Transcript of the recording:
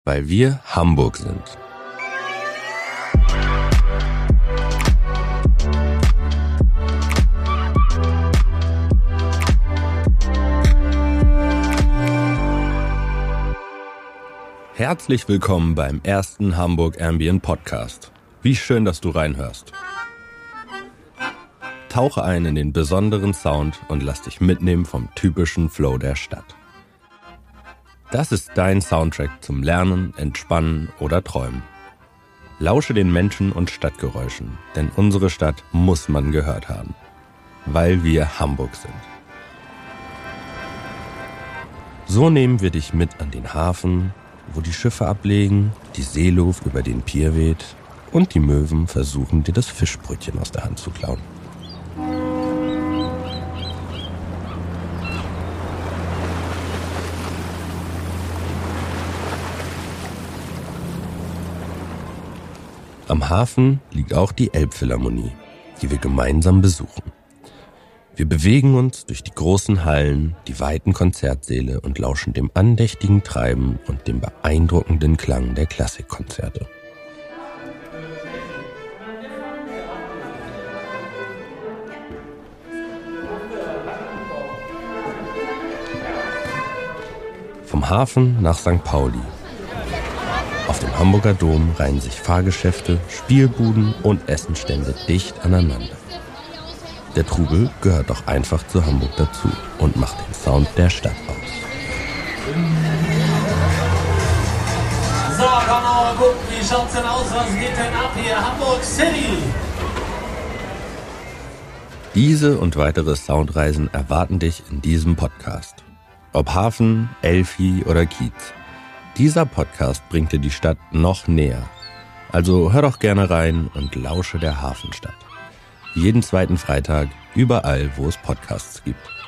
Weil wir Hamburg sind. Herzlich willkommen beim ersten Hamburg Ambient Podcast. Wie schön, dass du reinhörst. Tauche ein in den besonderen Sound und lass dich mitnehmen vom typischen Flow der Stadt. Das ist dein Soundtrack zum Lernen, Entspannen oder Träumen. Lausche den Menschen und Stadtgeräuschen, denn unsere Stadt muss man gehört haben. Weil wir Hamburg sind. So nehmen wir dich mit an den Hafen, wo die Schiffe ablegen, die Seeluft über den Pier weht und die Möwen versuchen, dir das Fischbrötchen aus der Hand zu klauen. Am Hafen liegt auch die Elbphilharmonie, die wir gemeinsam besuchen. Wir bewegen uns durch die großen Hallen, die weiten Konzertsäle und lauschen dem andächtigen Treiben und dem beeindruckenden Klang der Klassikkonzerte. Vom Hafen nach St. Pauli. Auf dem Hamburger Dom reihen sich Fahrgeschäfte, Spielbuden und Essenstände dicht aneinander. Der Trubel gehört doch einfach zu Hamburg dazu und macht den Sound der Stadt aus. So, komm mal gucken, wie schaut's denn aus? Was geht denn ab hier? Hamburg City! Diese und weitere Soundreisen erwarten dich in diesem Podcast. Ob Hafen, Elfi oder Kiez. Dieser Podcast bringt dir die Stadt noch näher. Also hör doch gerne rein und lausche der Hafenstadt. Jeden zweiten Freitag, überall, wo es Podcasts gibt.